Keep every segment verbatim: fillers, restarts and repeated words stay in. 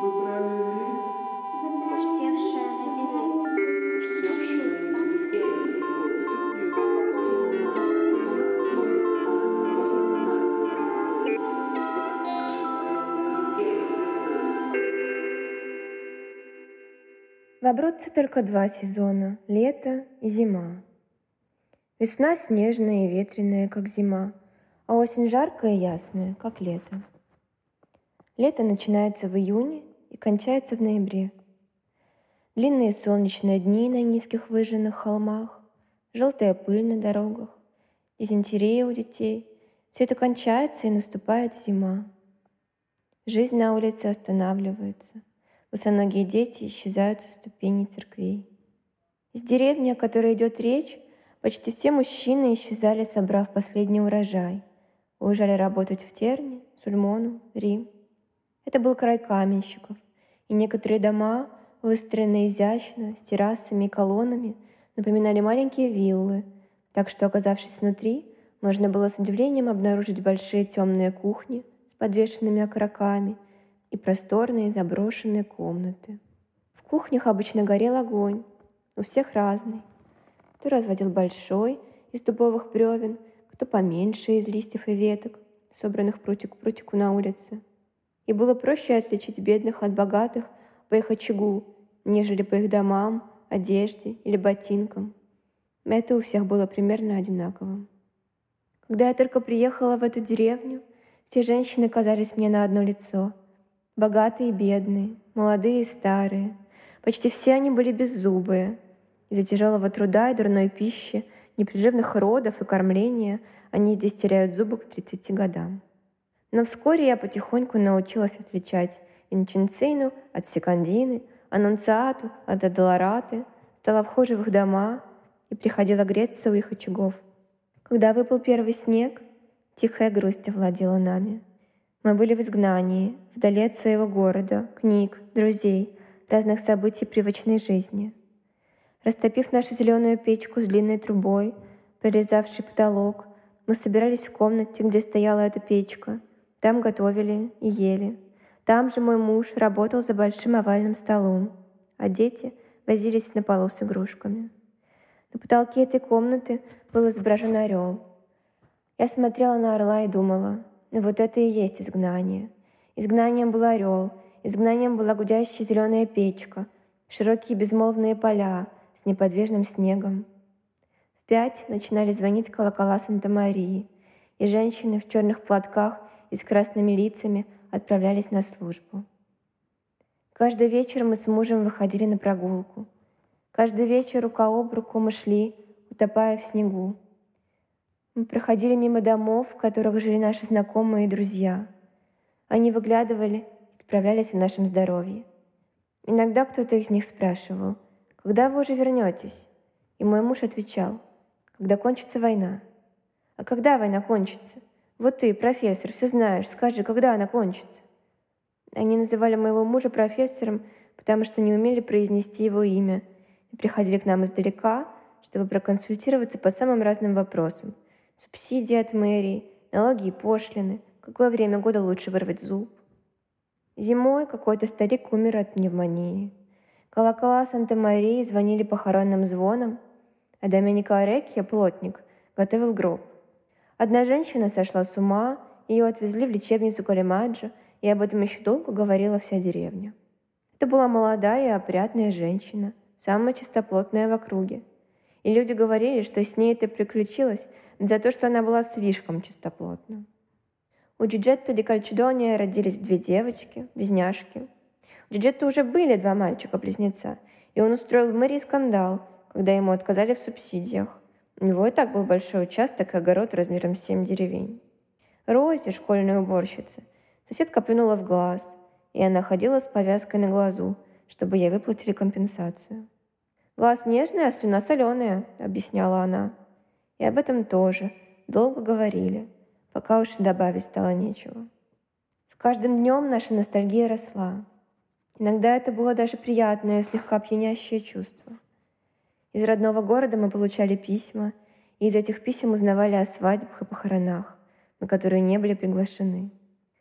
Выбрали ли? Просевшая на деле. Присевшая на деле. Это петь. В Абруцце только два сезона — лето и зима. Весна снежная и ветреная, как зима, а осень жаркая и ясная, как лето. Лето начинается в июне и кончается в ноябре. Длинные солнечные дни на низких выжженных холмах, желтая пыль на дорогах, дизентерия у детей — все это кончается, и наступает зима. Жизнь на улице останавливается. Босоногие дети исчезают со ступеней церквей. Из деревни, о которой идет речь, почти все мужчины исчезали, собрав последний урожай. Уезжали работать в Терни, Сульмону, Рим. Это был край каменщиков, и некоторые дома, выстроенные изящно, с террасами и колоннами, напоминали маленькие виллы, так что, оказавшись внутри, можно было с удивлением обнаружить большие темные кухни с подвешенными окороками и просторные заброшенные комнаты. В кухнях обычно горел огонь, у всех разный. Кто разводил большой из дубовых бревен, кто поменьше из листьев и веток, собранных прутик к прутику на улице. И было проще отличить бедных от богатых по их очагу, нежели по их домам, одежде или ботинкам. Это у всех было примерно одинаковым. Когда я только приехала в эту деревню, все женщины казались мне на одно лицо. Богатые и бедные, молодые и старые. Почти все они были беззубые. Из-за тяжелого труда и дурной пищи, непрерывных родов и кормления они здесь теряют зубы к тридцати годам. Но вскоре я потихоньку научилась отличать инчинцину от секондины, аннунциату от адалараты, стала вхожа в их дома и приходила греться у их очагов. Когда выпал первый снег, тихая грусть овладела нами. Мы были в изгнании, вдали от своего города, книг, друзей, разных событий привычной жизни. Растопив нашу зеленую печку с длинной трубой, прорезавшей потолок, мы собирались в комнате, где стояла эта печка. Там готовили и ели. Там же мой муж работал за большим овальным столом, а дети возились на полу с игрушками. На потолке этой комнаты был изображен орел. Я смотрела на орла и думала, ну вот это и есть изгнание. Изгнанием был орел, изгнанием была гудящая зеленая печка, широкие безмолвные поля с неподвижным снегом. В пять начинали звонить колокола Санта-Марии, и женщины в черных платках и с красными лицами отправлялись на службу. Каждый вечер мы с мужем выходили на прогулку. Каждый вечер рука об руку мы шли, утопая в снегу. Мы проходили мимо домов, в которых жили наши знакомые и друзья. Они выглядывали и справлялись о нашем здоровье. Иногда кто-то из них спрашивал, «Когда вы уже вернетесь?» И мой муж отвечал, «Когда кончится война». «А когда война кончится? Вот ты, профессор, все знаешь, скажи, когда она кончится?» Они называли моего мужа профессором, потому что не умели произнести его имя, и приходили к нам издалека, чтобы проконсультироваться по самым разным вопросам. Субсидии от мэрии, налоги и пошлины, какое время года лучше вырвать зуб. Зимой какой-то старик умер от пневмонии. Колокола Санта-Марии звонили похоронным звоном, а Доменико Орекья, плотник, готовил гроб. Одна женщина сошла с ума, ее отвезли в лечебницу Колемаджо, и об этом еще долго говорила вся деревня. Это была молодая и опрятная женщина, самая чистоплотная в округе. И люди говорили, что с ней это приключилось за то, что она была слишком чистоплотна. У Джиджетто ди Кальчедония родились две девочки, близняшки. У Джиджетто уже были два мальчика-близнеца, и он устроил в мэрии скандал, когда ему отказали в субсидиях. У него и так был большой участок и огород размером с семь деревень. Рози, школьная уборщица, соседка плюнула в глаз, и она ходила с повязкой на глазу, чтобы ей выплатили компенсацию. «Глаз нежный, а слюна соленая», — объясняла она. И об этом тоже долго говорили, пока уж добавить стало нечего. С каждым днем наша ностальгия росла. Иногда это было даже приятное, слегка пьянящее чувство. Из родного города мы получали письма, и из этих писем узнавали о свадьбах и похоронах, на которые не были приглашены.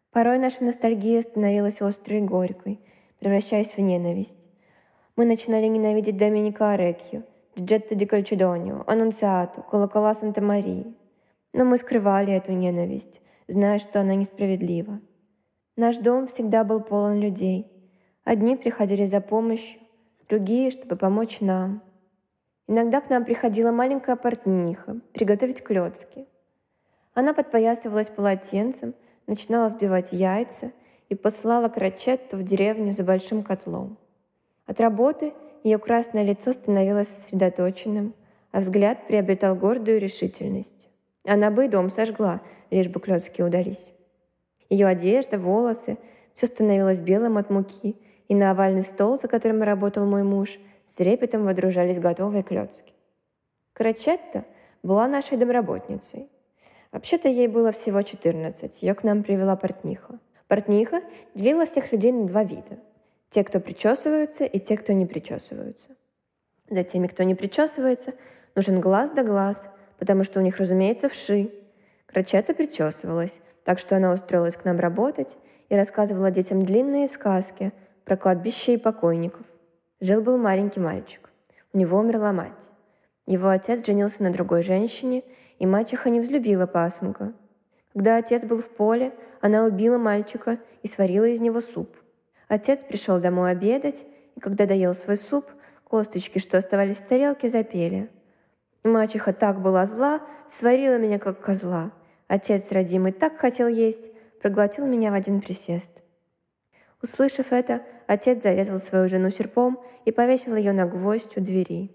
Порой наша ностальгия становилась острой и горькой, превращаясь в ненависть. Мы начинали ненавидеть Доменико Арекхио, Джетто ди Кальчедонио, Аннунциату, колокола Санта-Марии. Но мы скрывали эту ненависть, зная, что она несправедлива. Наш дом всегда был полон людей. Одни приходили за помощью, другие, чтобы помочь нам. Иногда к нам приходила маленькая портниха приготовить клёцки. Она подпоясывалась полотенцем, начинала сбивать яйца и посылала Крочетту в деревню за большим котлом. От работы ее красное лицо становилось сосредоточенным, а взгляд приобретал гордую решительность. Она бы и дом сожгла, лишь бы клёцки удались. Ее одежда, волосы — все становилось белым от муки, и на овальный стол, за которым работал мой муж, с трепетом водружались готовые клёцки. Крочетта была нашей домработницей. Вообще-то ей было всего четырнадцать, ее к нам привела портниха. Портниха делила всех людей на два вида. Те, кто причесываются, и те, кто не причесываются. За теми, кто не причесывается, нужен глаз да глаз, потому что у них, разумеется, вши. Крочетта причесывалась, так что она устроилась к нам работать и рассказывала детям длинные сказки про кладбище и покойников. Жил-был маленький мальчик. У него умерла мать. Его отец женился на другой женщине, и мачеха не взлюбила пасынка. Когда отец был в поле, она убила мальчика и сварила из него суп. Отец пришел домой обедать, и когда доел свой суп, косточки, что оставались в тарелке, запели. И мачеха так была зла, сварила меня как козла. Отец родимый так хотел есть, проглотил меня в один присест. Услышав это, отец зарезал свою жену серпом и повесил ее на гвоздь у двери.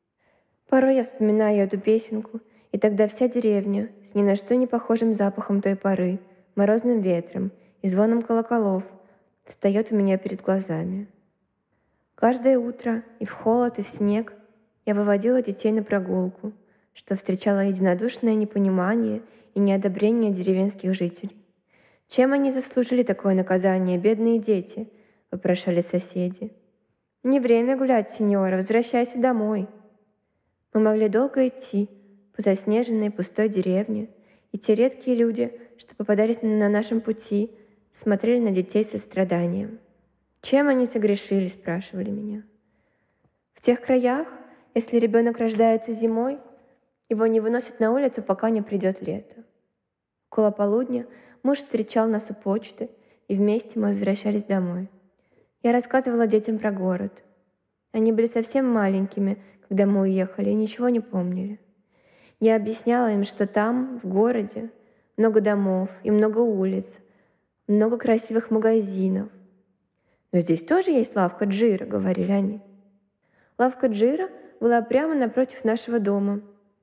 Порой я вспоминаю эту песенку, и тогда вся деревня с ни на что не похожим запахом той поры, морозным ветром и звоном колоколов встает у меня перед глазами. Каждое утро и в холод, и в снег я выводила детей на прогулку, что встречало единодушное непонимание и неодобрение деревенских жителей. «Чем они заслужили такое наказание, бедные дети?» — вопрошали соседи. «Не время гулять, сеньора, возвращайся домой». Мы могли долго идти по заснеженной пустой деревне, и те редкие люди, что попадались на нашем пути, смотрели на детей со страданием. «Чем они согрешили?» — спрашивали меня. В тех краях, если ребенок рождается зимой, его не выносят на улицу, пока не придет лето. Около полудня муж встречал нас у почты, и вместе мы возвращались домой. Я рассказывала детям про город. Они были совсем маленькими, когда мы уехали, и ничего не помнили. Я объясняла им, что там, в городе, много домов и много улиц, много красивых магазинов. «Но здесь тоже есть лавка Джиро», — говорили они. Лавка Джиро была прямо напротив нашего дома.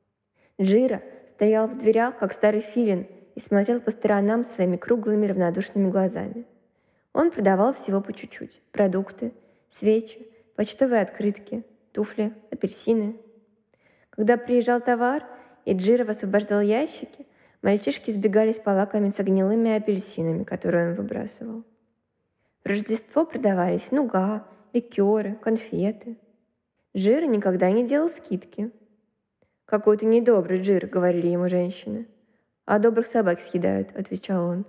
Джиро стоял в дверях, как старый филин, и смотрел по сторонам своими круглыми равнодушными глазами. Он продавал всего по чуть-чуть: продукты, свечи, почтовые открытки, туфли, апельсины. Когда приезжал товар, и Джиро освобождал ящики, мальчишки сбегались полакомиться гнилыми апельсинами, которые он выбрасывал. В Рождество продавались нуга, ликеры, конфеты. Джиро никогда не делал скидки. «Какой ты недобрый, Джиро», — говорили ему женщины. «А добрых собак съедают», — отвечал он.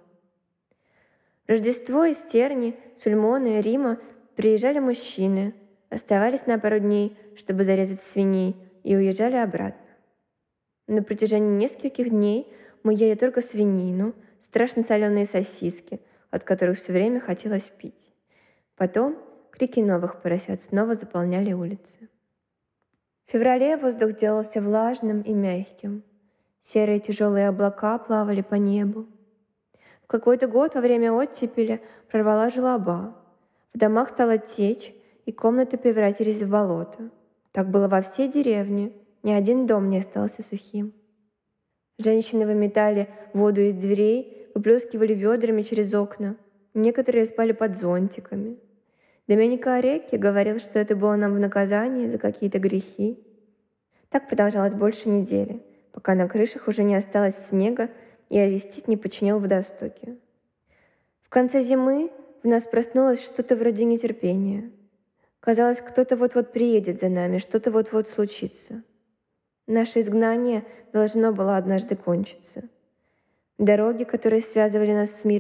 В Рождество из Терни, Сульмона и Рима приезжали мужчины, оставались на пару дней, чтобы зарезать свиней, и уезжали обратно. На протяжении нескольких дней мы ели только свинину, страшно соленые сосиски, от которых все время хотелось пить. Потом крики новых поросят снова заполняли улицы. В феврале воздух сделался влажным и мягким. Серые тяжелые облака плавали по небу. В какой-то год во время оттепели прорвала желоба. В домах стала течь, и комнаты превратились в болото. Так было во всей деревне, ни один дом не остался сухим. Женщины выметали воду из дверей, выплескивали ведрами через окна. Некоторые спали под зонтиками. Доменико Арекхио говорил, что это было нам в наказание за какие-то грехи. Так продолжалось больше недели, пока на крышах уже не осталось снега и Арестит не починил водостоки. В конце зимы в нас проснулось что-то вроде нетерпения. Казалось, кто-то вот-вот приедет за нами, что-то вот-вот случится. Наше изгнание должно было однажды кончиться. Дороги, которые связывали нас с миром,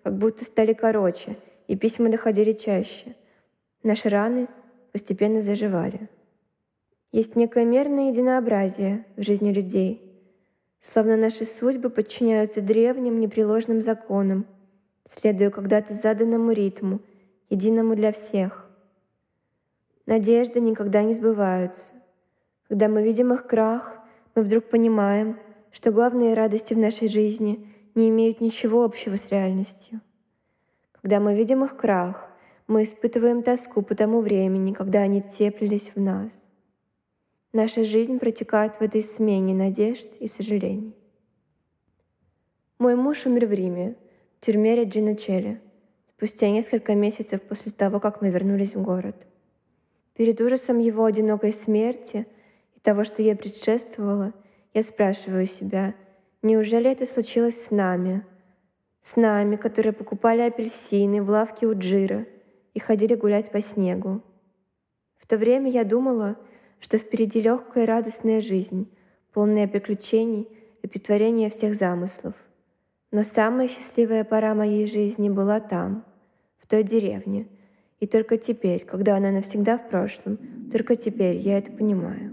как будто стали короче, и письма доходили чаще. Наши раны постепенно заживали. Есть некое мерное единообразие в жизни людей, словно наши судьбы подчиняются древним непреложным законам, следуя когда-то заданному ритму, единому для всех. Надежды никогда не сбываются. Когда мы видим их крах, мы вдруг понимаем, что главные радости в нашей жизни не имеют ничего общего с реальностью. Когда мы видим их крах, мы испытываем тоску по тому времени, когда они теплились в нас. Наша жизнь протекает в этой смене надежд и сожалений. Мой муж умер в Риме, в тюрьме Реджино Челли, спустя несколько месяцев после того, как мы вернулись в город. Перед ужасом его одинокой смерти и того, что ей предшествовало, я спрашиваю себя, неужели это случилось с нами? С нами, которые покупали апельсины в лавке у Джира и ходили гулять по снегу. В то время я думала, что впереди легкая и радостная жизнь, полная приключений и претворения всех замыслов. Но самая счастливая пора моей жизни была там, в той деревне. И только теперь, когда она навсегда в прошлом, только теперь я это понимаю.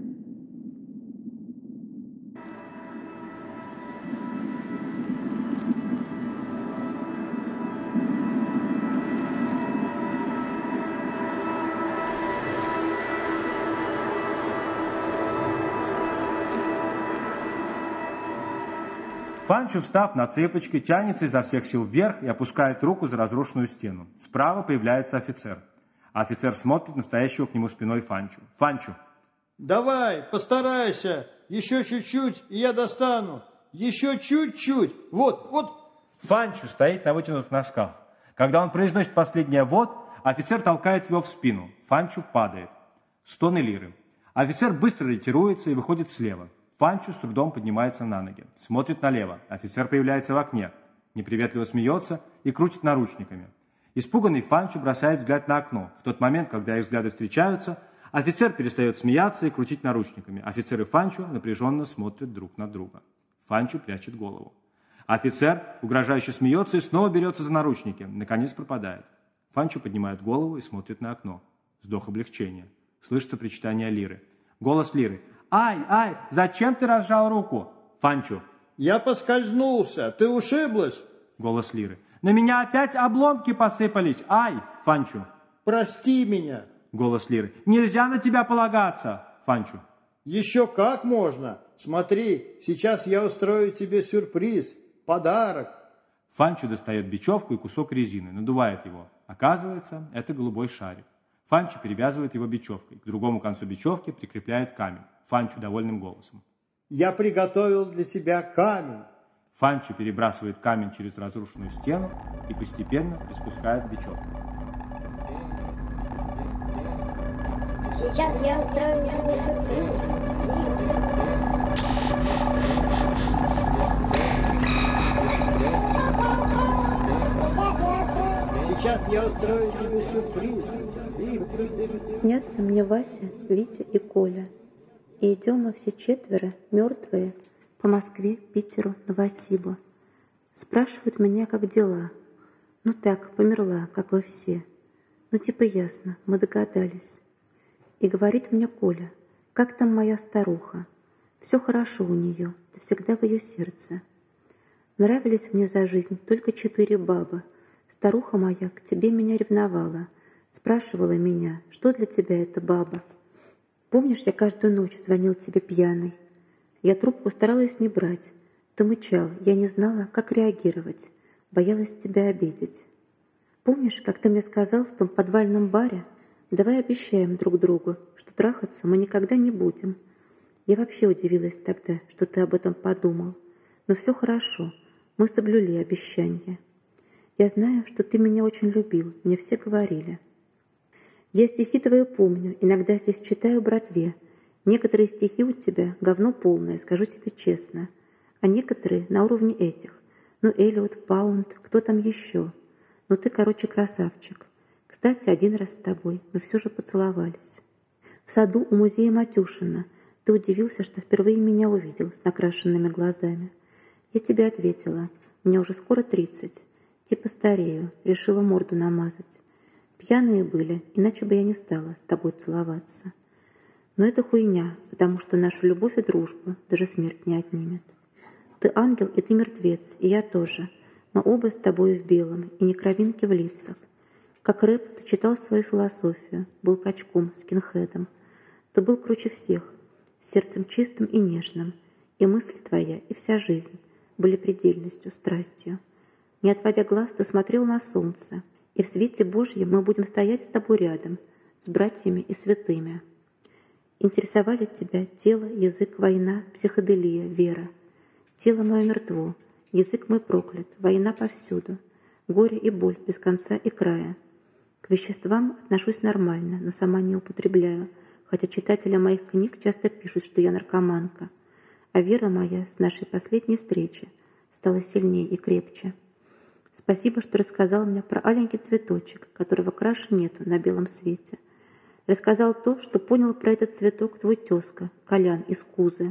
Фанчо, встав на цыпочки, тянется изо всех сил вверх и опускает руку за разрушенную стену. Справа появляется офицер. А офицер смотрит на стоящего к нему спиной Фанчо. Фанчо. Давай, постарайся. Еще чуть-чуть, и я достану. Еще чуть-чуть. Вот, вот. Фанчо стоит на вытянутых носках. Когда он произносит последнее «вот», офицер толкает его в спину. Фанчо падает. Стоны Лиры. Офицер быстро ретируется и выходит слева. Фанчо с трудом поднимается на ноги, смотрит налево. Офицер появляется в окне, неприветливо смеется и крутит наручниками. Испуганный Фанчо бросает взгляд на окно. В тот момент, когда их взгляды встречаются, офицер перестает смеяться и крутить наручниками. Офицер и Фанчо напряженно смотрят друг на друга. Фанчо прячет голову. Офицер угрожающе смеется и снова берется за наручники. Наконец пропадает. Фанчо поднимает голову и смотрит на окно. Вздох облегчения. Слышится причитание Лиры. Голос Лиры. «Ай, ай, зачем ты разжал руку?» Фанчо. Я поскользнулся. Ты ушиблась? Голос Лиры. «На меня опять обломки посыпались. Ай!» Фанчо. Прости меня. Голос Лиры. «Нельзя на тебя полагаться!» Фанчо. Еще как можно. Смотри, сейчас я устрою тебе сюрприз. Подарок. Фанчо достает бечевку и кусок резины, надувает его. Оказывается, это голубой шарик. Фанчо перевязывает его бечевкой. К другому концу бечевки прикрепляет камень. Фанчо довольным голосом. Я приготовил для тебя камень. Фанчо перебрасывает камень через разрушенную стену и постепенно приспускает бечевку. Сейчас я устрою тебе сюрприз. Сейчас я устрою тебе сюрприз. Снятся мне Вася, Витя и Коля. И идем мы все четверо, мертвые, по Москве, Питеру, Новосибу. Спрашивают меня, как дела. Ну так, померла, как вы все. Ну типа ясно, мы догадались. И говорит мне Коля, как там моя старуха? Все хорошо у нее, ты всегда в ее сердце. Нравились мне за жизнь только четыре бабы. Старуха моя к тебе меня ревновала. Спрашивала меня, что для тебя эта баба? Помнишь, я каждую ночь звонил тебе пьяный? Я трубку старалась не брать. Ты мычал, я не знала, как реагировать. Боялась тебя обидеть. Помнишь, как ты мне сказал в том подвальном баре? Давай обещаем друг другу, что трахаться мы никогда не будем. Я вообще удивилась тогда, что ты об этом подумал. Но все хорошо, мы соблюли обещание. Я знаю, что ты меня очень любил, мне все говорили. Я стихи твои помню, иногда здесь читаю братве. Некоторые стихи у тебя говно полное, скажу тебе честно. А некоторые на уровне этих. Ну, Эллиот, Паунд, кто там еще? Ну, ты, короче, красавчик. Кстати, один раз с тобой мы все же поцеловались. В саду у музея Матюшина ты удивился, что впервые меня увидел с накрашенными глазами. Я тебе ответила, мне уже скоро тридцать. Типа старею, решила морду намазать. Пьяные были, иначе бы я не стала с тобой целоваться. Но это хуйня, потому что нашу любовь и дружбу даже смерть не отнимет. Ты ангел, и ты мертвец, и я тоже. Мы оба с тобой в белом, и не кровинки в лицах. Как рэп, ты читал свою философию, был качком, скинхедом. Ты был круче всех, сердцем чистым и нежным, и мысль твоя, и вся жизнь были предельностью, страстью. Не отводя глаз, ты смотрел на солнце, и в свете Божьем мы будем стоять с тобой рядом, с братьями и святыми. Интересовали тебя тело, язык, война, психоделия, вера. Тело мое мертво, язык мой проклят, война повсюду, горе и боль без конца и края. К веществам отношусь нормально, но сама не употребляю, хотя читатели моих книг часто пишут, что я наркоманка. А вера моя с нашей последней встречи стала сильнее и крепче. Спасибо, что рассказал мне про аленький цветочек, которого краше нету на белом свете. Рассказал то, что понял про этот цветок твой тезка, Колян из Кузы.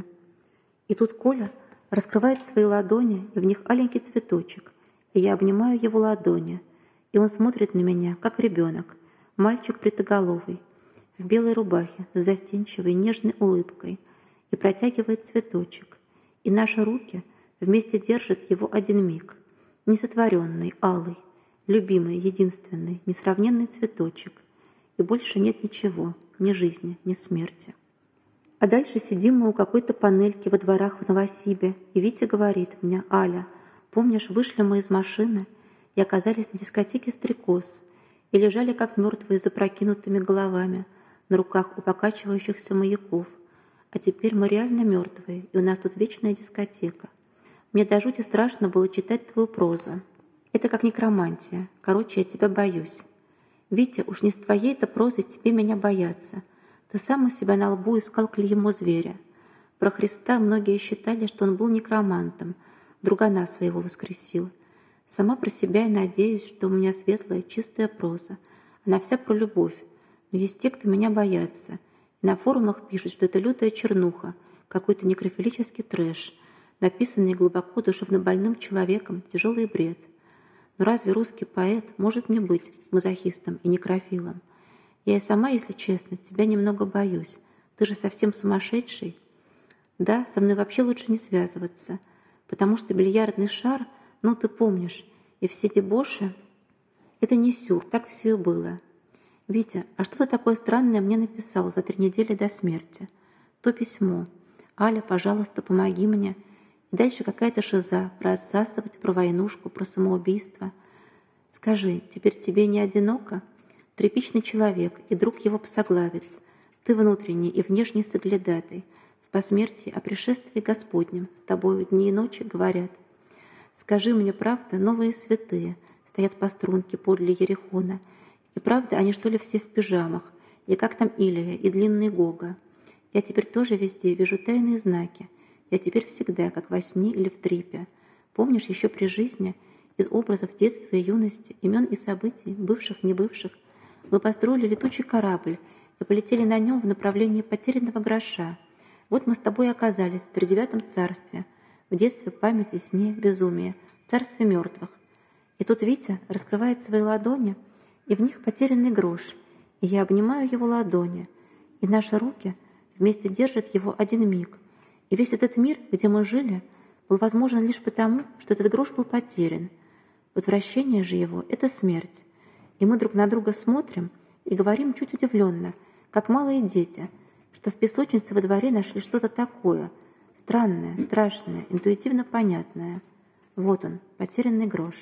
И тут Коля раскрывает свои ладони, и в них аленький цветочек, и я обнимаю его ладони, и он смотрит на меня, как ребенок, мальчик притоголовый, в белой рубахе с застенчивой нежной улыбкой, и протягивает цветочек, и наши руки вместе держат его один миг, несотворенный, алый, любимый, единственный, несравненный цветочек, и больше нет ничего, ни жизни, ни смерти. А дальше сидим мы у какой-то панельки во дворах в Новосибе, и Витя говорит мне: «Аля, помнишь, вышли мы из машины и оказались на дискотеке «Стрекоз», и лежали как мертвые с запрокинутыми головами на руках у покачивающихся маяков. А теперь мы реально мертвые, и у нас тут вечная дискотека. Мне до жути страшно было читать твою прозу. Это как некромантия. Короче, я тебя боюсь. Витя, уж не с твоей-то прозой тебе меня бояться. Ты сам у себя на лбу искал клеймо зверя. Про Христа многие считали, что он был некромантом, другана своего воскресил. Сама про себя и надеюсь, что у меня светлая, чистая проза. Она вся про любовь. Но есть те, кто меня боятся. И на форумах пишут, что это лютая чернуха, какой-то некрофилический трэш, написанный глубоко душевнобольным человеком, тяжелый бред. Но разве русский поэт может не быть мазохистом и некрофилом? Я и сама, если честно, тебя немного боюсь. Ты же совсем сумасшедший. Да, со мной вообще лучше не связываться, потому что бильярдный шар, ну ты помнишь, и все дебоши — это не сюр, так все и было. Витя, а что ты такое странное мне написал за три недели до смерти? То письмо. Аля, пожалуйста, помоги мне. И дальше какая-то шиза про отсасывать, про войнушку, про самоубийство. Скажи, теперь тебе не одиноко? Тряпичный человек и друг его псоглавец. Ты внутренний и внешний соглядатый. В посмертии о пришествии Господнем с тобою дни и ночи говорят. Скажи мне, правда, новые святые стоят по струнке подле Ерехона. И правда, они что ли все в пижамах? И как там Илия и длинный Гога? Я теперь тоже везде вижу тайные знаки. Я теперь всегда, как во сне или в трипе. Помнишь, еще при жизни, из образов детства и юности, имен и событий, бывших, небывших, мы построили летучий корабль и полетели на нем в направлении потерянного гроша. Вот мы с тобой оказались в тридевятом царстве, в детстве, памяти, сне, безумии, царстве мертвых. И тут Витя раскрывает свои ладони, и в них потерянный грош, и я обнимаю его ладони, и наши руки вместе держат его один миг. И весь этот мир, где мы жили, был возможен лишь потому, что этот грош был потерян. Возвращение же его — это смерть. И мы друг на друга смотрим и говорим чуть удивленно, как малые дети, что в песочнице во дворе нашли что-то такое, странное, страшное, интуитивно понятное. Вот он, потерянный грош.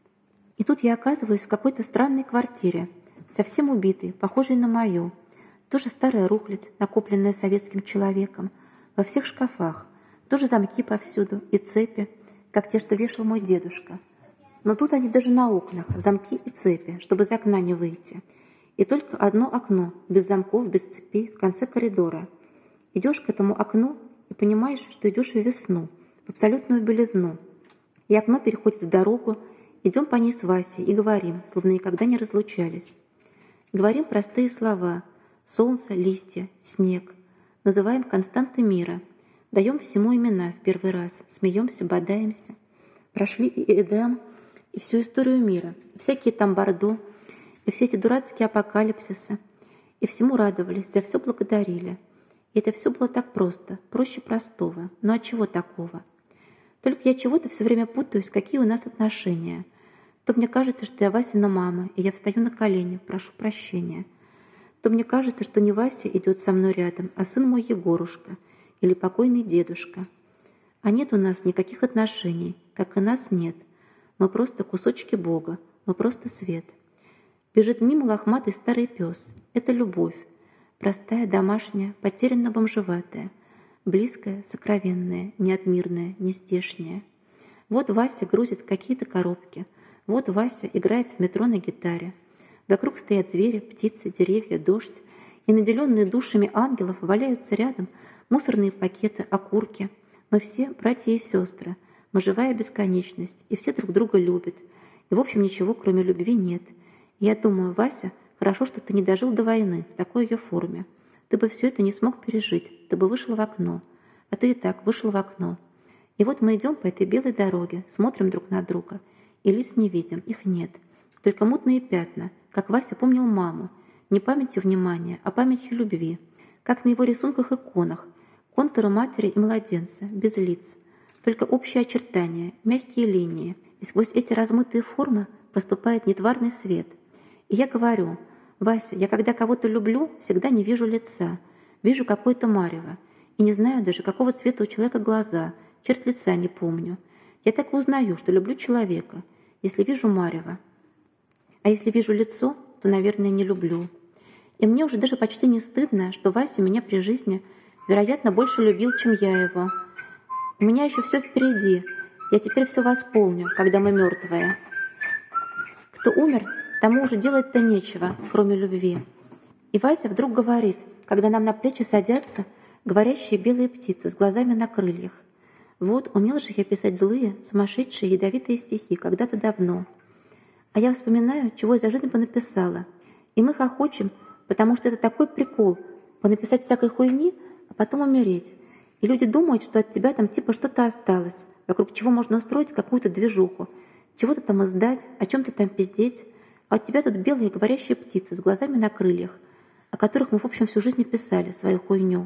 И тут я оказываюсь в какой-то странной квартире, совсем убитой, похожей на мою. Тоже старая рухлядь, накопленная советским человеком, во всех шкафах, тоже замки повсюду и цепи, как те, что вешал мой дедушка. Но тут они даже на окнах, замки и цепи, чтобы из окна не выйти. И только одно окно, без замков, без цепей, в конце коридора. Идешь к этому окну и понимаешь, что идешь в весну, в абсолютную белизну. И окно переходит в дорогу, идем по ней с Васей и говорим, словно никогда не разлучались. Говорим простые слова: солнце, листья, снег. Называем константы мира, даем всему имена в первый раз, смеемся, бодаемся. Прошли и Эдем, и всю историю мира, и всякие там Бордо, и все эти дурацкие апокалипсисы, и всему радовались, за все благодарили. И это все было так просто, проще простого. Но от чего такого? Только я чего-то все время путаюсь, какие у нас отношения. То мне кажется, что я Васина мама, и я встаю на колени, прошу прощения. То мне кажется, что не Вася идет со мной рядом, а сын мой Егорушка или покойный дедушка. А нет у нас никаких отношений, как и нас нет. Мы просто кусочки Бога, мы просто свет. Бежит мимо лохматый старый пес. Это любовь. Простая, домашняя, потерянно-бомжеватая. Близкая, сокровенная, неотмирная, нездешняя. Вот Вася грузит какие-то коробки. Вот Вася играет в метро на гитаре. Вокруг стоят звери, птицы, деревья, дождь. И наделенные душами ангелов валяются рядом мусорные пакеты, окурки. Мы все братья и сестры. Мы живая бесконечность. И все друг друга любят. И в общем ничего, кроме любви, нет. И я думаю, Вася, хорошо, что ты не дожил до войны в такой ее форме. Ты бы все это не смог пережить. Ты бы вышел в окно. А ты и так вышел в окно. И вот мы идем по этой белой дороге, смотрим друг на друга. И лиц не видим, их нет. Только мутные пятна, как Вася помнил маму. Не памятью внимания, а памятью любви. Как на его рисунках-иконах. Контуры матери и младенца, без лиц. Только общие очертания, мягкие линии. И сквозь эти размытые формы поступает нетварный свет. И я говорю, Вася, я когда кого-то люблю, всегда не вижу лица. Вижу какое-то марево. И не знаю даже, какого цвета у человека глаза. Черт лица не помню. Я так и узнаю, что люблю человека, если вижу марево. А если вижу лицо, то, наверное, не люблю. И мне уже даже почти не стыдно, что Вася меня при жизни, вероятно, больше любил, чем я его. У меня еще все впереди. Я теперь все восполню, когда мы мертвые. Кто умер, тому уже делать-то нечего, кроме любви. И Вася вдруг говорит, когда нам на плечи садятся говорящие белые птицы с глазами на крыльях. Вот, умел же я писать злые, сумасшедшие, ядовитые стихи когда-то давно. А я вспоминаю, чего я за жизнь понаписала. И мы хохочем, потому что это такой прикол — понаписать всякой хуйни, а потом умереть. И люди думают, что от тебя там типа что-то осталось, вокруг чего можно устроить какую-то движуху, чего-то там издать, о чем-то там пиздеть. А от тебя тут белые говорящие птицы с глазами на крыльях, о которых мы, в общем, всю жизнь писали свою хуйню.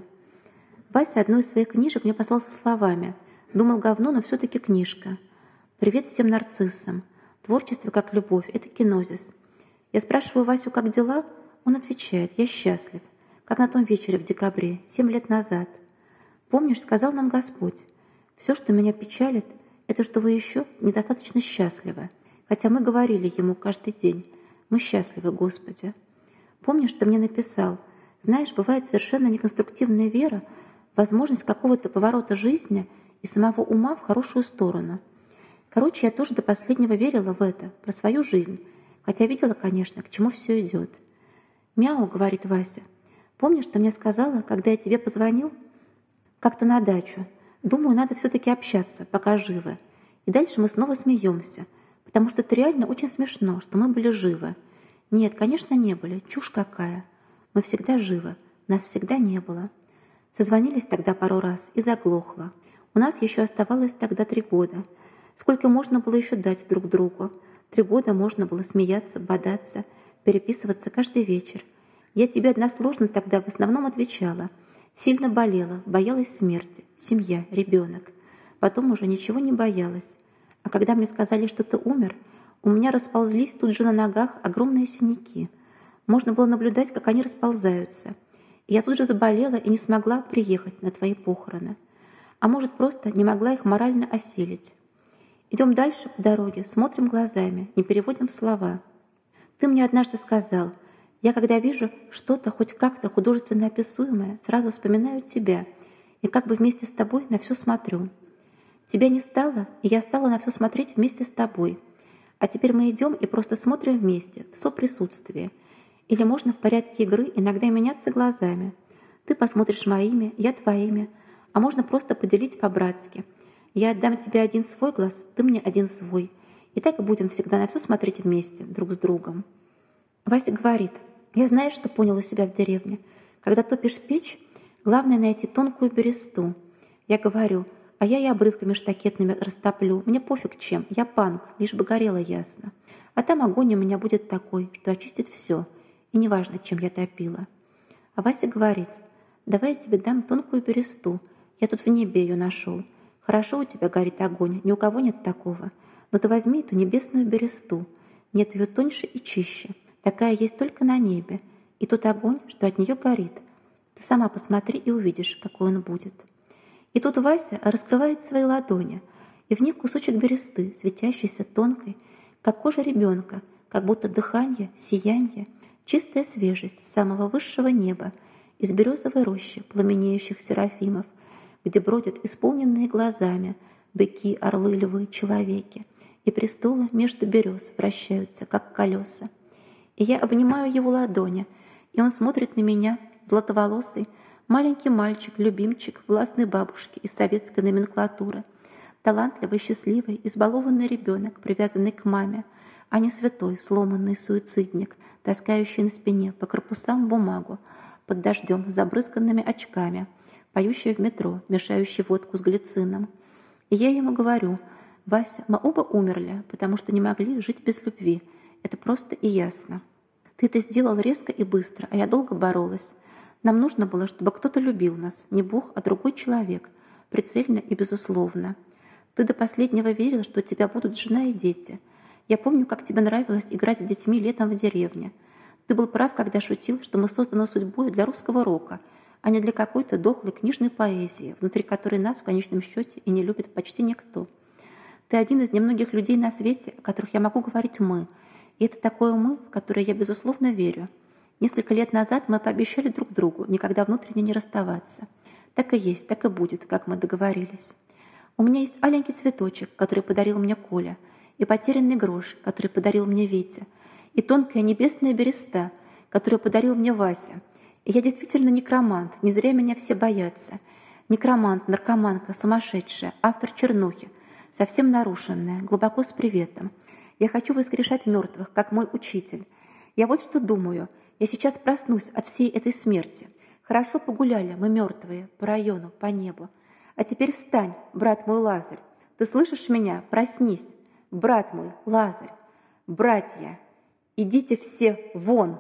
Вася одну из своих книжек мне послал со словами: «Думал говно, но все-таки книжка. Привет всем нарциссам. Творчество как любовь — это кинозис». Я спрашиваю Васю, как дела? Он отвечает: «Я счастлив. Как на том вечере в декабре, семь лет назад. Помнишь, сказал нам Господь, все, что меня печалит, это что вы еще недостаточно счастливы. Хотя мы говорили Ему каждый день: мы счастливы, Господи. Помнишь, ты мне написал: знаешь, бывает совершенно неконструктивная вера, возможность какого-то поворота жизни и самого ума в хорошую сторону. Короче, я тоже до последнего верила в это, про свою жизнь, хотя видела, конечно, к чему все идет. «Мяу», — говорит Вася, — «помнишь, ты мне сказала, когда я тебе позвонил? Как-то на дачу. Думаю, надо все-таки общаться, пока живы. И дальше мы снова смеемся, потому что это реально очень смешно, что мы были живы. Нет, конечно, не были, чушь какая. Мы всегда живы, нас всегда не было. Созвонились тогда пару раз и заглохло. У нас еще оставалось тогда три года. Сколько можно было еще дать друг другу? Три года можно было смеяться, бодаться, переписываться каждый вечер. Я тебе односложно тогда в основном отвечала. Сильно болела, боялась смерти, семья, ребенок. Потом уже ничего не боялась. А когда мне сказали, что ты умер, у меня расползлись тут же на ногах огромные синяки. Можно было наблюдать, как они расползаются. И я тут же заболела и не смогла приехать на твои похороны. А может, просто не могла их морально осилить. Идем дальше по дороге, смотрим глазами, не переводим слова. Ты мне однажды сказал: я когда вижу что-то хоть как-то художественно описуемое, сразу вспоминаю тебя и как бы вместе с тобой на все смотрю. Тебя не стало, и я стала на все смотреть вместе с тобой. А теперь мы идем и просто смотрим вместе, в соприсутствии. Или можно в порядке игры иногда меняться глазами. Ты посмотришь моими, я твоими, а можно просто поделить по-братски. Я отдам тебе один свой глаз, ты мне один свой. И так и будем всегда на все смотреть вместе, друг с другом. Вася говорит: я знаю, что понял у себя в деревне. Когда топишь печь, главное найти тонкую бересту. Я говорю: А я и обрывками штакетными растоплю. Мне пофиг чем, я панк, лишь бы горело ясно. А там огонь у меня будет такой, что очистит все, и неважно, чем я топила. А Вася говорит: давай я тебе дам тонкую бересту, я тут в небе ее нашел. Хорошо у тебя горит огонь, ни у кого нет такого. Но ты возьми эту небесную бересту, нет ее тоньше и чище. Такая есть только на небе, и тот огонь, что от нее горит. Ты сама посмотри и увидишь, какой он будет. И тут Вася раскрывает свои ладони, и в них кусочек бересты, светящийся тонкой, как кожа ребенка, как будто дыхание, сияние, чистая свежесть самого высшего неба, из березовой рощи пламенеющих серафимов, где бродят исполненные глазами быки, орлы, львы, человеки, и престолы между берез вращаются, как колеса. И я обнимаю его ладони, и он смотрит на меня, златоволосый, маленький мальчик, любимчик властной бабушки из советской номенклатуры, талантливый, счастливый, избалованный ребенок, привязанный к маме, а не святой, сломанный суицидник, таскающий на спине по корпусам бумагу, под дождем, забрызганными очками, поющий в метро, мешающий водку с глицином. И я ему говорю: Вася, мы оба умерли, потому что не могли жить без любви. Это просто и ясно. Ты это сделал резко и быстро, а я долго боролась. Нам нужно было, чтобы кто-то любил нас, не Бог, а другой человек, прицельно и безусловно. Ты до последнего верила, что у тебя будут жена и дети. Я помню, как тебе нравилось играть с детьми летом в деревне. Ты был прав, когда шутил, что мы созданы судьбой для русского рока, а не для какой-то дохлой книжной поэзии, внутри которой нас в конечном счете и не любит почти никто. Ты один из немногих людей на свете, о которых я могу говорить «мы», и это такое «мы», в которое я безусловно верю. Несколько лет назад мы пообещали друг другу никогда внутренне не расставаться. Так и есть, так и будет, как мы договорились. У меня есть аленький цветочек, который подарил мне Коля, и потерянный грош, который подарил мне Витя, и тонкая небесная береста, которую подарил мне Вася. И я действительно некромант, не зря меня все боятся. Некромант, наркоманка, сумасшедшая, автор чернухи, совсем нарушенная, глубоко с приветом. Я хочу воскрешать мертвых, как мой учитель. Я вот что думаю. Я сейчас проснусь от всей этой смерти. Хорошо погуляли мы мертвые по району, по небу. А теперь встань, брат мой Лазарь. Ты слышишь меня? Проснись. Брат мой Лазарь. Братья, идите все вон.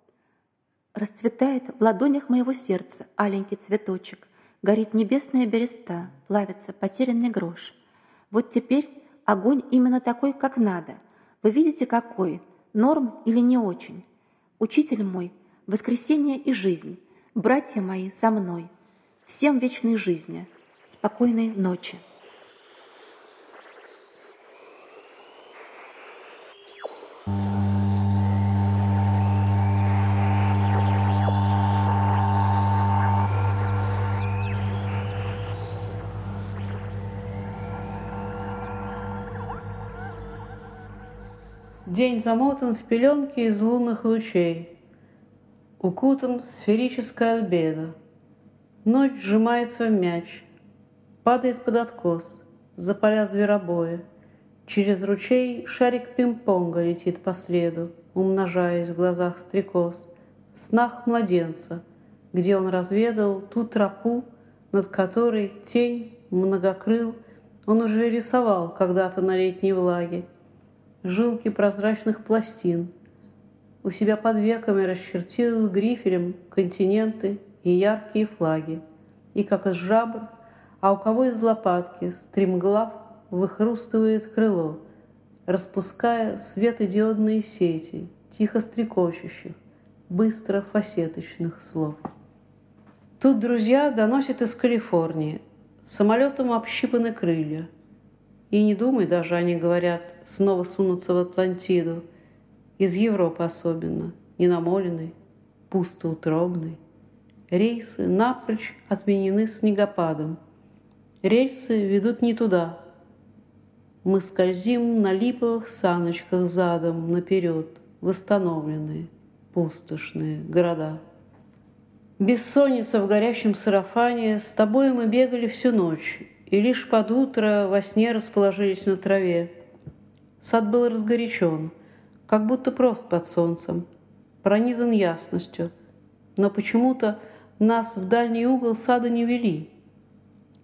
Расцветает в ладонях моего сердца аленький цветочек. Горит небесная береста, плавится потерянный грош. Вот теперь огонь именно такой, как надо. Вы видите, какой? Норм или не очень? Учитель мой, воскресение и жизнь, братья мои со мной. Всем вечной жизни, спокойной ночи. День замотан в пеленки из лунных лучей, укутан в сферическое альбедо. Ночь сжимается в мяч, падает под откос, за поля зверобоя. Через ручей шарик пинг-понга летит по следу, умножаясь в глазах стрекоз, в снах младенца, где он разведал ту тропу, над которой тень многокрыл он уже рисовал когда-то на летней влаге. Жилки прозрачных пластин. У себя под веками расчертил грифелем континенты и яркие флаги. И как из жабр, а у кого из лопатки стремглав выхрустывает крыло, распуская светодиодные сети тихо стрекочущих, быстро фасеточных слов. Тут друзья доносят из Калифорнии. Самолетом общипаны крылья. И не думай даже, они говорят, снова сунуться в Атлантиду. Из Европы особенно, ненамоленной, пустоутробной. Рейсы напрочь отменены снегопадом. Рельсы ведут не туда. Мы скользим на липовых саночках задом наперед, восстановленные, пустошные города. Бессонница в горящем сарафане, с тобой мы бегали всю ночь, и лишь под утро во сне расположились на траве. Сад был разгорячен, как будто прост под солнцем, пронизан ясностью, но почему-то нас в дальний угол сада не вели.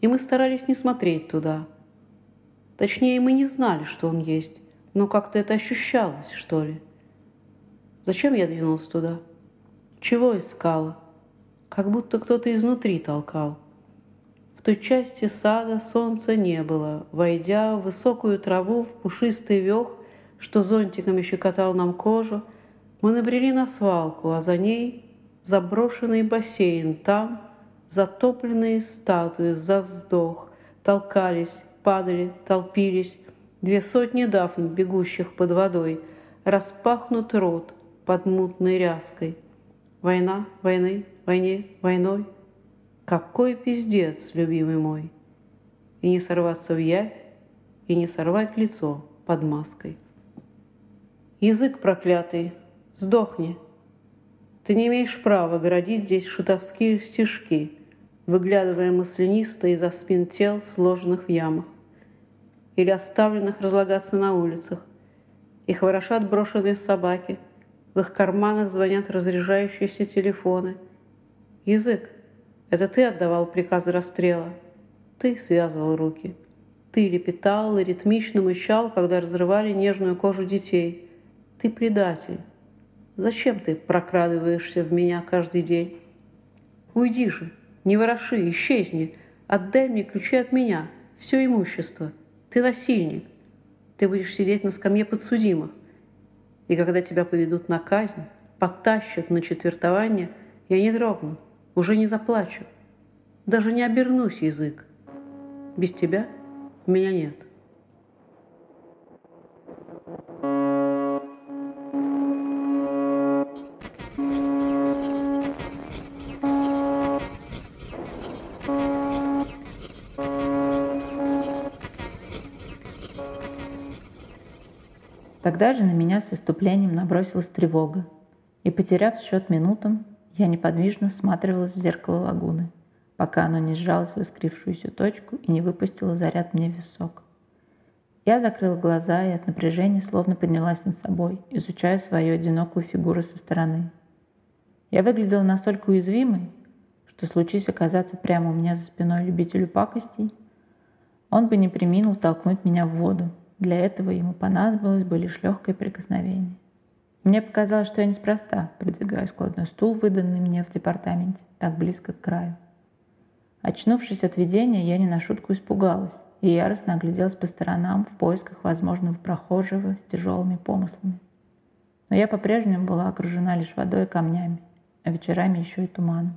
и мы старались не смотреть туда. Точнее, мы не знали, что он есть, но как-то это ощущалось, что ли. Зачем я двинулась туда? Чего искала? Как будто кто-то изнутри толкал. В той части сада солнца не было. Войдя в высокую траву, в пушистый вёх, что зонтиками щекотал нам кожу, мы набрели на свалку, а за ней заброшенный бассейн. Там затопленные статуи за вздох толкались, падали, толпились. Две сотни дафн, бегущих под водой, распахнут рот под мутной ряской. Война, войны, войне, войной. Какой пиздец, любимый мой! И не сорваться в явь, и не сорвать лицо под маской. Язык проклятый, сдохни. Ты не имеешь права городить здесь шутовские стишки, выглядывая маслянисто из-за спин тел, сложенных в ямах, или оставленных разлагаться на улицах. Их ворошат брошенные собаки, в их карманах звонят разряжающиеся телефоны. Язык, это ты отдавал приказы расстрела, ты связывал руки, ты лепетал и ритмично мычал, когда разрывали нежную кожу детей. Ты предатель. Зачем ты прокрадываешься в меня каждый день? Уйди же, не вороши, исчезни, отдай мне ключи от меня, все имущество. Ты насильник. Ты будешь сидеть на скамье подсудимых. И когда тебя поведут на казнь, потащат на четвертование, я не дрогну, уже не заплачу. Даже не обернусь, язык. Без тебя меня нет. Тогда же на меня с иступлением набросилась тревога, и, потеряв счет минутам, я неподвижно всматривалась в зеркало лагуны, пока оно не сжалось в искрившуюся точку и не выпустило заряд мне в висок. Я закрыла глаза и от напряжения словно поднялась над собой, изучая свою одинокую фигуру со стороны. Я выглядела настолько уязвимой, что, случись оказаться прямо у меня за спиной любителю пакостей, он бы не преминул толкнуть меня в воду. Для этого ему понадобилось бы лишь легкое прикосновение. Мне показалось, что я неспроста продвигаю складной стул, выданный мне в департаменте, так близко к краю. Очнувшись от видения, я не на шутку испугалась и яростно огляделась по сторонам в поисках возможного прохожего с тяжелыми помыслами. Но я по-прежнему была окружена лишь водой и камнями, а вечерами еще и туманом.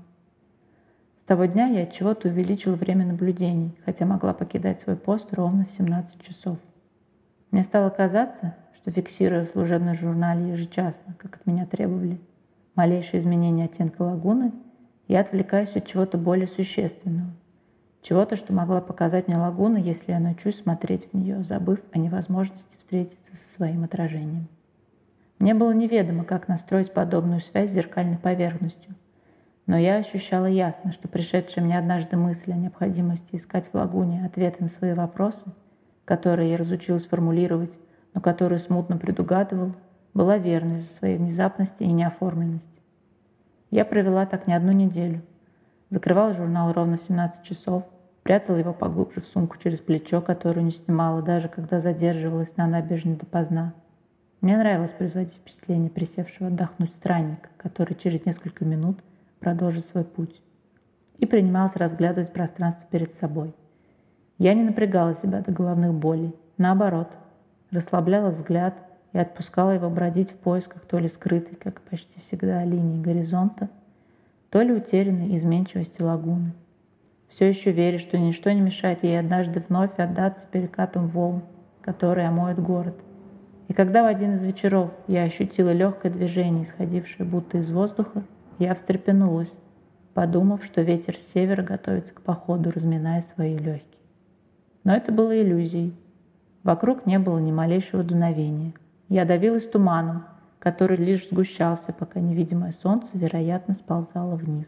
С того дня я от чего-то увеличила время наблюдений, хотя могла покидать свой пост ровно в семнадцать часов. Мне стало казаться, что, фиксируя в служебном журнале ежечасно, как от меня требовали, малейшие изменения оттенка лагуны, я отвлекаюсь от чего-то более существенного, чего-то, что могла показать мне лагуна, если я научусь смотреть в нее, забыв о невозможности встретиться со своим отражением. Мне было неведомо, как настроить подобную связь с зеркальной поверхностью, но я ощущала ясно, что пришедшая мне однажды мысль о необходимости искать в лагуне ответы на свои вопросы, которые я разучилась формулировать, но которую смутно предугадывал, была верной из-за своей внезапности и неоформленности. Я провела так не одну неделю. Закрывала журнал ровно в семнадцать часов, прятала его поглубже в сумку через плечо, которую не снимала, даже когда задерживалась на набережной допоздна. Мне нравилось производить впечатление присевшего отдохнуть странника, который через несколько минут продолжит свой путь. И принималась разглядывать пространство перед собой. Я не напрягала себя до головных болей. Наоборот, расслабляла взгляд и отпускала его бродить в поисках то ли скрытой, как почти всегда, линии горизонта, то ли утерянной изменчивости лагуны. Все еще верю, что ничто не мешает ей однажды вновь отдаться перекатам волн, которые омоют город. И когда в один из вечеров я ощутила легкое движение, исходившее будто из воздуха, я встрепенулась, подумав, что ветер с севера готовится к походу, разминая свои легкие. Но это было иллюзией. Вокруг не было ни малейшего дуновения. Я давилась туманом, который лишь сгущался, пока невидимое солнце, вероятно, сползало вниз.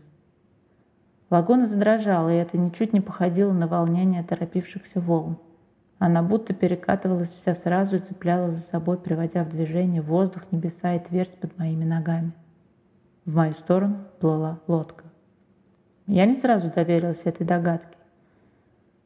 Лагуна задрожала, и это ничуть не походило на волнение торопившихся волн. Она будто перекатывалась вся сразу и цепляла за собой, приводя в движение воздух, небеса и твердь под моими ногами. В мою сторону плыла лодка. Я не сразу доверилась этой догадке.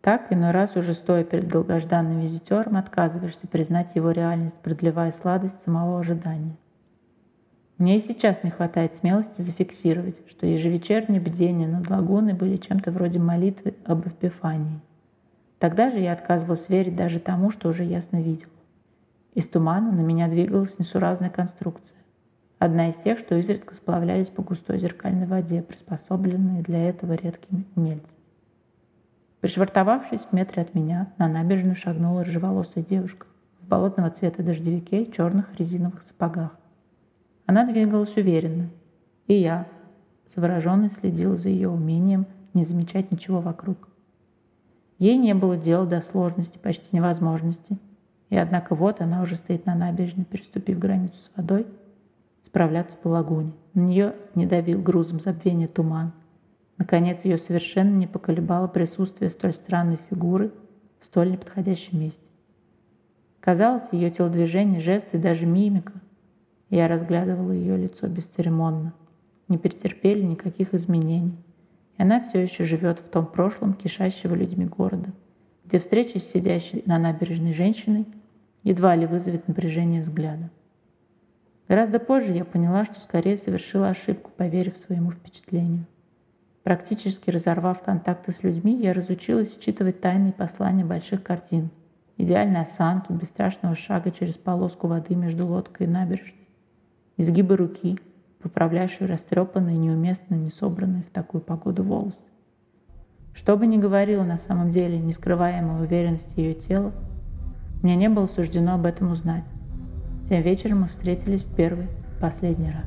Так, иной раз, уже стоя перед долгожданным визитером, отказываешься признать его реальность, продлевая сладость самого ожидания. Мне и сейчас не хватает смелости зафиксировать, что ежевечерние бдения над лагуной были чем-то вроде молитвы об Эпифании. Тогда же я отказывалась верить даже тому, что уже ясно видел. Из тумана на меня двигалась несуразная конструкция. Одна из тех, что изредка сплавлялись по густой зеркальной воде, приспособленные для этого редкими умельцами. Пришвартовавшись в метре от меня, на набережную шагнула рыжеволосая девушка в болотного цвета дождевике и черных резиновых сапогах. Она двигалась уверенно, и я, завороженно, следила за ее умением не замечать ничего вокруг. Ей не было дела до сложности, почти невозможности, и однако вот она уже стоит на набережной, переступив границу с водой, справляться по лагуне. На нее не давил грузом забвения туман. Наконец, ее совершенно не поколебало присутствие столь странной фигуры в столь неподходящем месте. Казалось, ее телодвижение, жесты и даже мимика, я разглядывала ее лицо бесцеремонно, не претерпели никаких изменений, и она все еще живет в том прошлом кишащего людьми города, где встреча с сидящей на набережной женщиной едва ли вызовет напряжение взгляда. Гораздо позже я поняла, что скорее совершила ошибку, поверив своему впечатлению. Практически разорвав контакты с людьми, я разучилась считывать тайные послания больших картин, идеальной осанки, бесстрашного шага через полоску воды между лодкой и набережной, изгибы руки, поправляющие растрепанные, неуместно не собранные в такую погоду волосы. Что бы ни говорила на самом деле нескрываемая уверенность ее тела, мне не было суждено об этом узнать. Тем вечером мы встретились в первый, последний раз.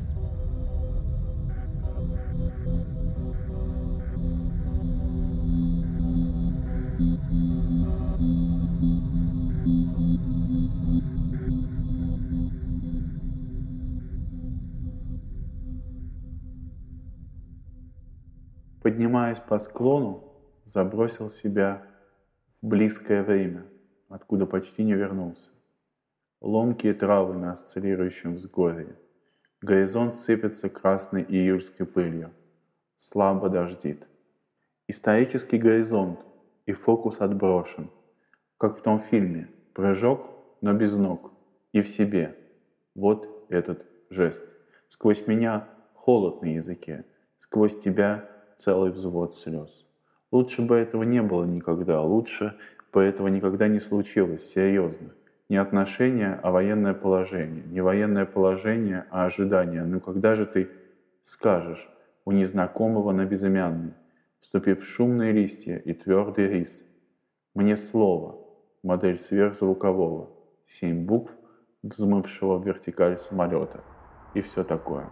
Поднимаясь по склону, забросил себя в близкое время, откуда почти не вернулся. Ломкие травы на осциллирующем взгорье. Горизонт сыпется красной июльской пылью. Слабо дождит. Исторический горизонт, и фокус отброшен. Как в том фильме. Прыжок, но без ног. И в себе. Вот этот жест. Сквозь меня холод на языке. Сквозь тебя целый взвод слез. Лучше бы этого не было никогда. Лучше бы этого никогда не случилось. Серьезно. Не отношения, а военное положение. Не военное положение, а ожидание. Ну когда же ты скажешь у незнакомого на безымянный, вступив в шумные листья и твердый рис? Мне слово, модель сверхзвукового, семь букв, взмывшего в вертикаль самолета и все такое.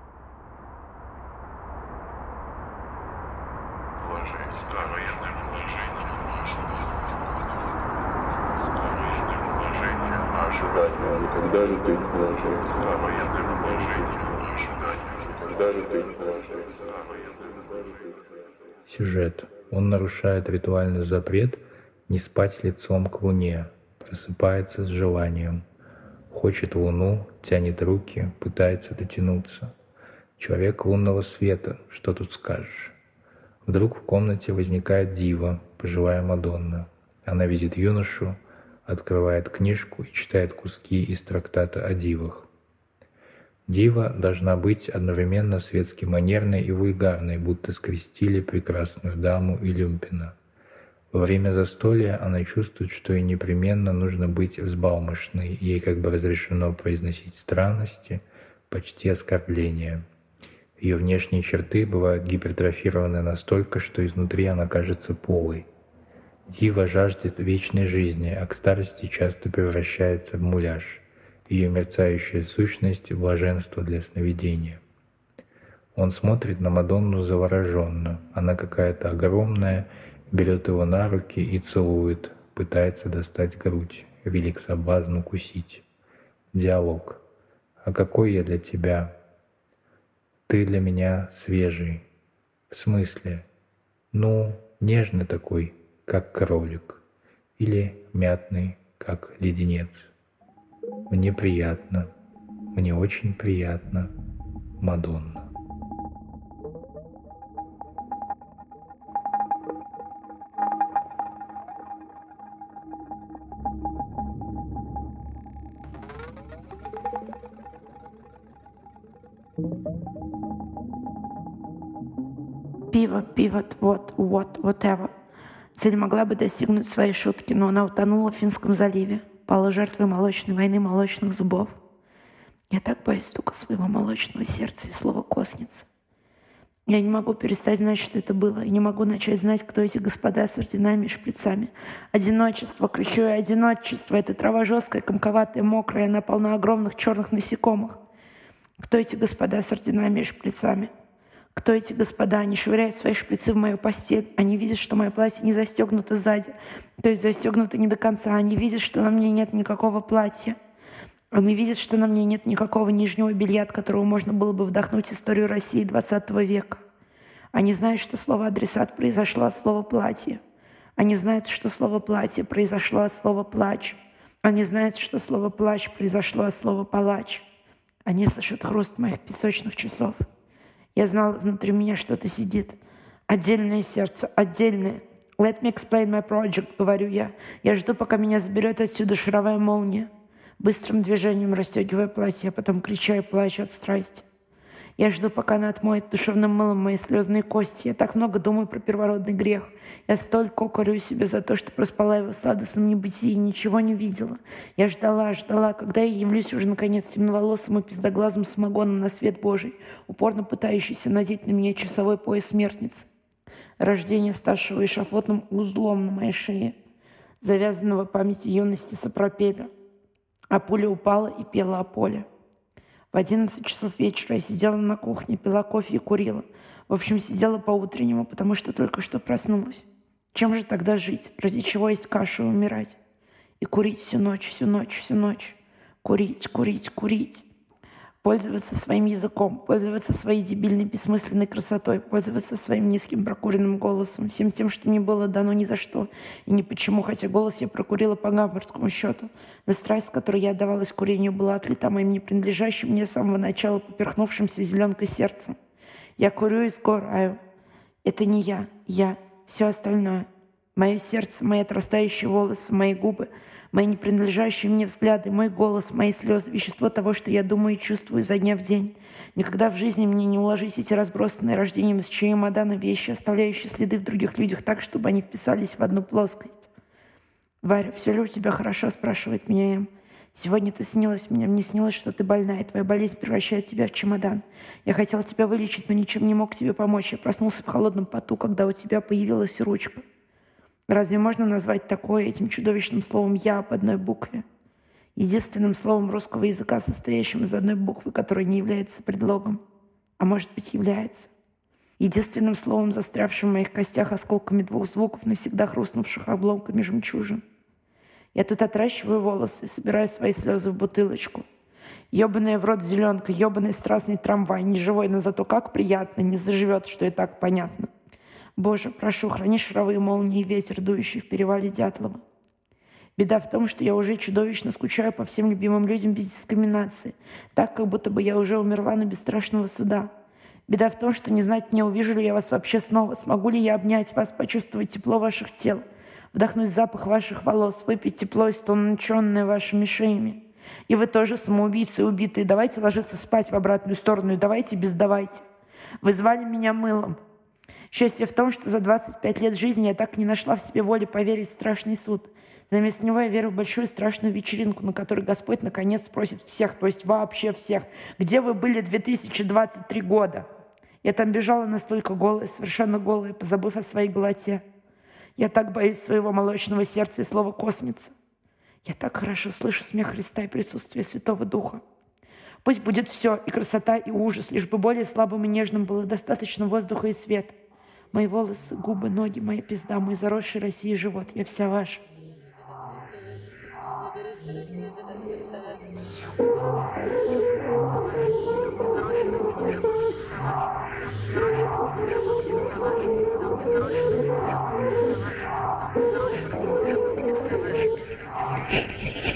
Положение, скажи, ожидание, когда же ты не положился? Военное положение, ожидание, когда же ты не положился? Сюжет. Он нарушает ритуальный запрет не спать лицом к луне, просыпается с желанием, хочет луну, тянет руки, пытается дотянуться. Человек лунного света, что тут скажешь? Вдруг в комнате возникает дива, пожилая Мадонна. Она видит юношу, открывает книжку и читает куски из трактата о дивах. Дива должна быть одновременно светски манерной и вульгарной, будто скрестили прекрасную даму и люмпина. Во время застолья она чувствует, что ей непременно нужно быть взбалмошной, ей как бы разрешено произносить странности, почти оскорбления. Ее внешние черты бывают гипертрофированы настолько, что изнутри она кажется полой. Дива жаждет вечной жизни, а к старости часто превращается в муляж. Ее мерцающая сущность — блаженство для сновидения. Он смотрит на Мадонну завороженно. Она какая-то огромная, берет его на руки и целует, пытается достать грудь, велик соблазн укусить. Диалог. «А какой я для тебя?» «Ты для меня свежий». «В смысле?» «Ну, нежный такой, как кролик, или мятный, как леденец. Мне приятно, мне очень приятно, Мадонна». пиво, пивот, вот, вот, whatever. Цель могла бы достигнуть своей шутки, но она утонула в Финском заливе, пала жертвой молочной войны молочных зубов. Я так боюсь стука своего молочного сердца и слова «косница». Я не могу перестать знать, что это было, и не могу начать знать, кто эти господа с орденами и шприцами. Одиночество, кричу я, одиночество. Эта трава жесткая, комковатая, мокрая, она полна огромных черных насекомых. Кто эти господа с орденами и шприцами? Кто эти господа? Они швыряют свои шприцы в мою постель. Они видят, что мое платье не застегнуто сзади, то есть застегнуто не до конца. Они видят, что на мне нет никакого платья. Они видят, что на мне нет никакого нижнего белья, от которого можно было бы вдохнуть историю России двадцатого века. Они знают, что слово «адресат» произошло от слова «платье». Они знают, что слово «платье» произошло от слова «плач». Они знают, что слово «плач» произошло от слова «палач». Они слышат хруст моих песочных часов. Я знала, внутри меня что-то сидит. Отдельное сердце, отдельное. «Let me explain my project», — говорю я. Я жду, пока меня заберет отсюда шаровая молния. Быстрым движением расстегивая платье, а потом крича и плачу от страсти. Я жду, пока она отмоет душевным мылом мои слезные кости. Я так много думаю про первородный грех. Я столько укорю себя за то, что проспала его в сладостном небытии и ничего не видела. Я ждала, ждала, когда я явлюсь уже, наконец, темноволосым и пиздоглазым самогоном на свет Божий, упорно пытающийся надеть на меня часовой пояс смертницы. Рождение, ставшего эшафотным узлом на моей шее, завязанного памяти юности сапропеля. А пуля упала и пела о поле. В одиннадцать часов вечера я сидела на кухне, пила кофе и курила. В общем, сидела по-утреннему, потому что только что проснулась. Чем же тогда жить? Ради чего есть кашу и умирать? И курить всю ночь, всю ночь, всю ночь. Курить, курить, курить. Пользоваться своим языком, пользоваться своей дебильной, бессмысленной красотой, пользоваться своим низким прокуренным голосом, всем тем, что мне было дано ни за что и ни почему, хотя голос я прокурила по гамбургскому счету. Но страсть, с которой я отдавалась курению, была отлита моим непринадлежащим мне с самого начала поперхнувшимся зеленкой сердцем. Я курю и сгораю. Это не я, я, все остальное. Мое сердце, мои отрастающие волосы, мои губы, мои не принадлежащие мне взгляды, мой голос, мои слезы, вещество того, что я думаю и чувствую изо дня в день. Никогда в жизни мне не уложить эти разбросанные рождением из чемодана вещи, оставляющие следы в других людях так, чтобы они вписались в одну плоскость. «Варя, все ли у тебя хорошо?» — спрашивает меня Эм. «Сегодня ты снилась мне, мне снилось, что ты больна, и твоя болезнь превращает тебя в чемодан. Я хотел тебя вылечить, но ничем не мог тебе помочь. Я проснулся в холодном поту, когда у тебя появилась ручка. Разве можно назвать такое этим чудовищным словом «я» об одной букве? Единственным словом русского языка, состоящим из одной буквы, которая не является предлогом. А может быть, является. Единственным словом, застрявшим в моих костях осколками двух звуков, навсегда хрустнувших обломками жемчужин. Я тут отращиваю волосы и собираю свои слезы в бутылочку. Ёбаная в рот зеленка, ёбаный страстный трамвай, не живой, но зато как приятно, не заживет, что и так понятно. Боже, прошу, храни шаровые молнии и ветер, дующий в перевале Дятлова. Беда в том, что я уже чудовищно скучаю по всем любимым людям без дискриминации, так, как будто бы я уже умерла, но без страшного суда. Беда в том, что не знать мне, увижу ли я вас вообще снова, смогу ли я обнять вас, почувствовать тепло ваших тел, вдохнуть запах ваших волос, выпить тепло, истонченное вашими шеями. И вы тоже самоубийцы и убитые. Давайте ложиться спать в обратную сторону, и давайте без давайте. Вы звали меня мылом. Счастье в том, что за двадцать пять лет жизни я так и не нашла в себе воли поверить в страшный суд. Заместо него я верю в большую страшную вечеринку, на которой Господь наконец спросит всех, то есть вообще всех, где вы были две тысячи двадцать три года? Я там бежала настолько голая, совершенно голая, позабыв о своей голоте. Я так боюсь своего молочного сердца и слова «косница». Я так хорошо слышу смех Христа и присутствие Святого Духа. Пусть будет все, и красота, и ужас, лишь бы более слабым и нежным было достаточно воздуха и света. Мои волосы, губы, ноги, моя пизда, мой заросший Россией живот. Я вся ваша. Thank you.